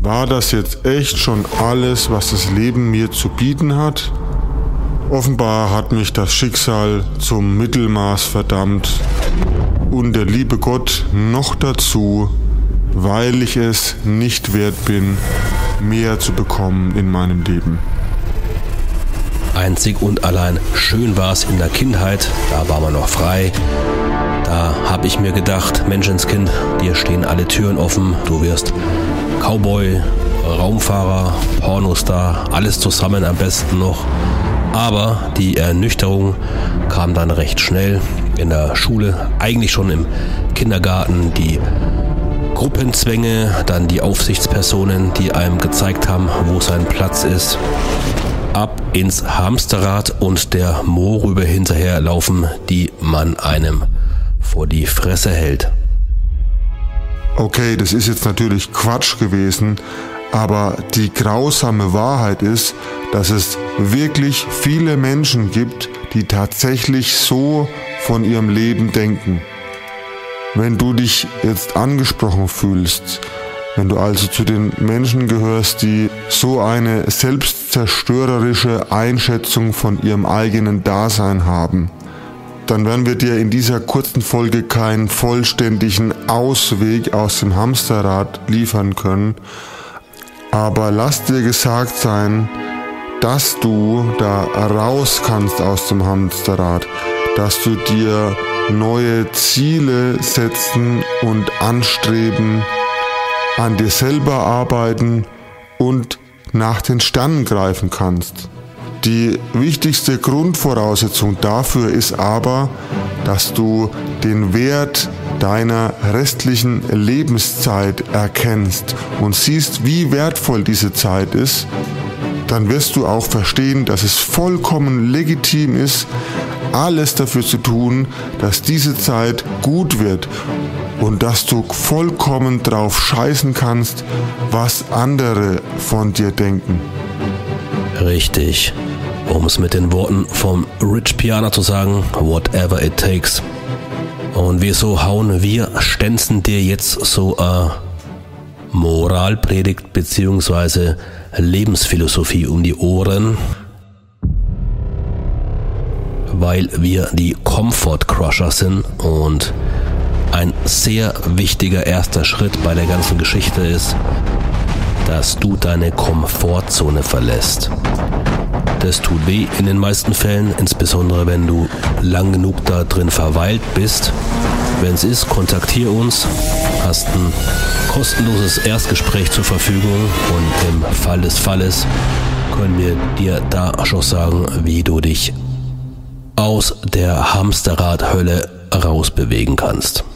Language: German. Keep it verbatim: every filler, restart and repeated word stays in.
War das jetzt echt schon alles, was das Leben mir zu bieten hat? Offenbar hat mich das Schicksal zum Mittelmaß verdammt und der liebe Gott noch dazu, weil ich es nicht wert bin, mehr zu bekommen in meinem Leben. Einzig und allein schön war es in der Kindheit, da war man noch frei. Da habe ich mir gedacht, Menschenskind, dir stehen alle Türen offen, du wirst Cowboy, Raumfahrer, Pornostar, alles zusammen am besten noch. Aber die Ernüchterung kam dann recht schnell in der Schule, eigentlich schon im Kindergarten, die Gruppenzwänge, dann die Aufsichtspersonen, die einem gezeigt haben, wo sein Platz ist. Ab ins Hamsterrad und der Mohrrübe hinterherlaufen, die man einem vor die Fresse hält. Okay, das ist jetzt natürlich Quatsch gewesen, aber die grausame Wahrheit ist, dass es wirklich viele Menschen gibt, die tatsächlich so von ihrem Leben denken. Wenn du dich jetzt angesprochen fühlst, wenn du also zu den Menschen gehörst, die so eine selbstzerstörerische Einschätzung von ihrem eigenen Dasein haben, dann werden wir dir in dieser kurzen Folge keinen vollständigen Ausweg aus dem Hamsterrad liefern können. Aber lass dir gesagt sein, dass du da raus kannst aus dem Hamsterrad, dass du dir neue Ziele setzen und anstreben, an dir selber arbeiten und nach den Sternen greifen kannst. Die wichtigste Grundvoraussetzung dafür ist aber, dass du den Wert deiner restlichen Lebenszeit erkennst und siehst, wie wertvoll diese Zeit ist. Dann wirst du auch verstehen, dass es vollkommen legitim ist, alles dafür zu tun, dass diese Zeit gut wird und dass du vollkommen drauf scheißen kannst, was andere von dir denken. Richtig. Um es mit den Worten vom Rich Piana zu sagen, whatever it takes. Und wieso hauen wir Stenzen dir jetzt so eine Moralpredigt bzw. Lebensphilosophie um die Ohren? Weil wir die Comfort Crusher sind und ein sehr wichtiger erster Schritt bei der ganzen Geschichte ist, dass du deine Komfortzone verlässt. Das tut weh in den meisten Fällen, insbesondere wenn du lang genug da drin verweilt bist. Wenn es ist, kontaktiere uns, hast ein kostenloses Erstgespräch zur Verfügung und im Fall des Falles können wir dir da schon sagen, wie du dich aus der Hamsterradhölle rausbewegen kannst.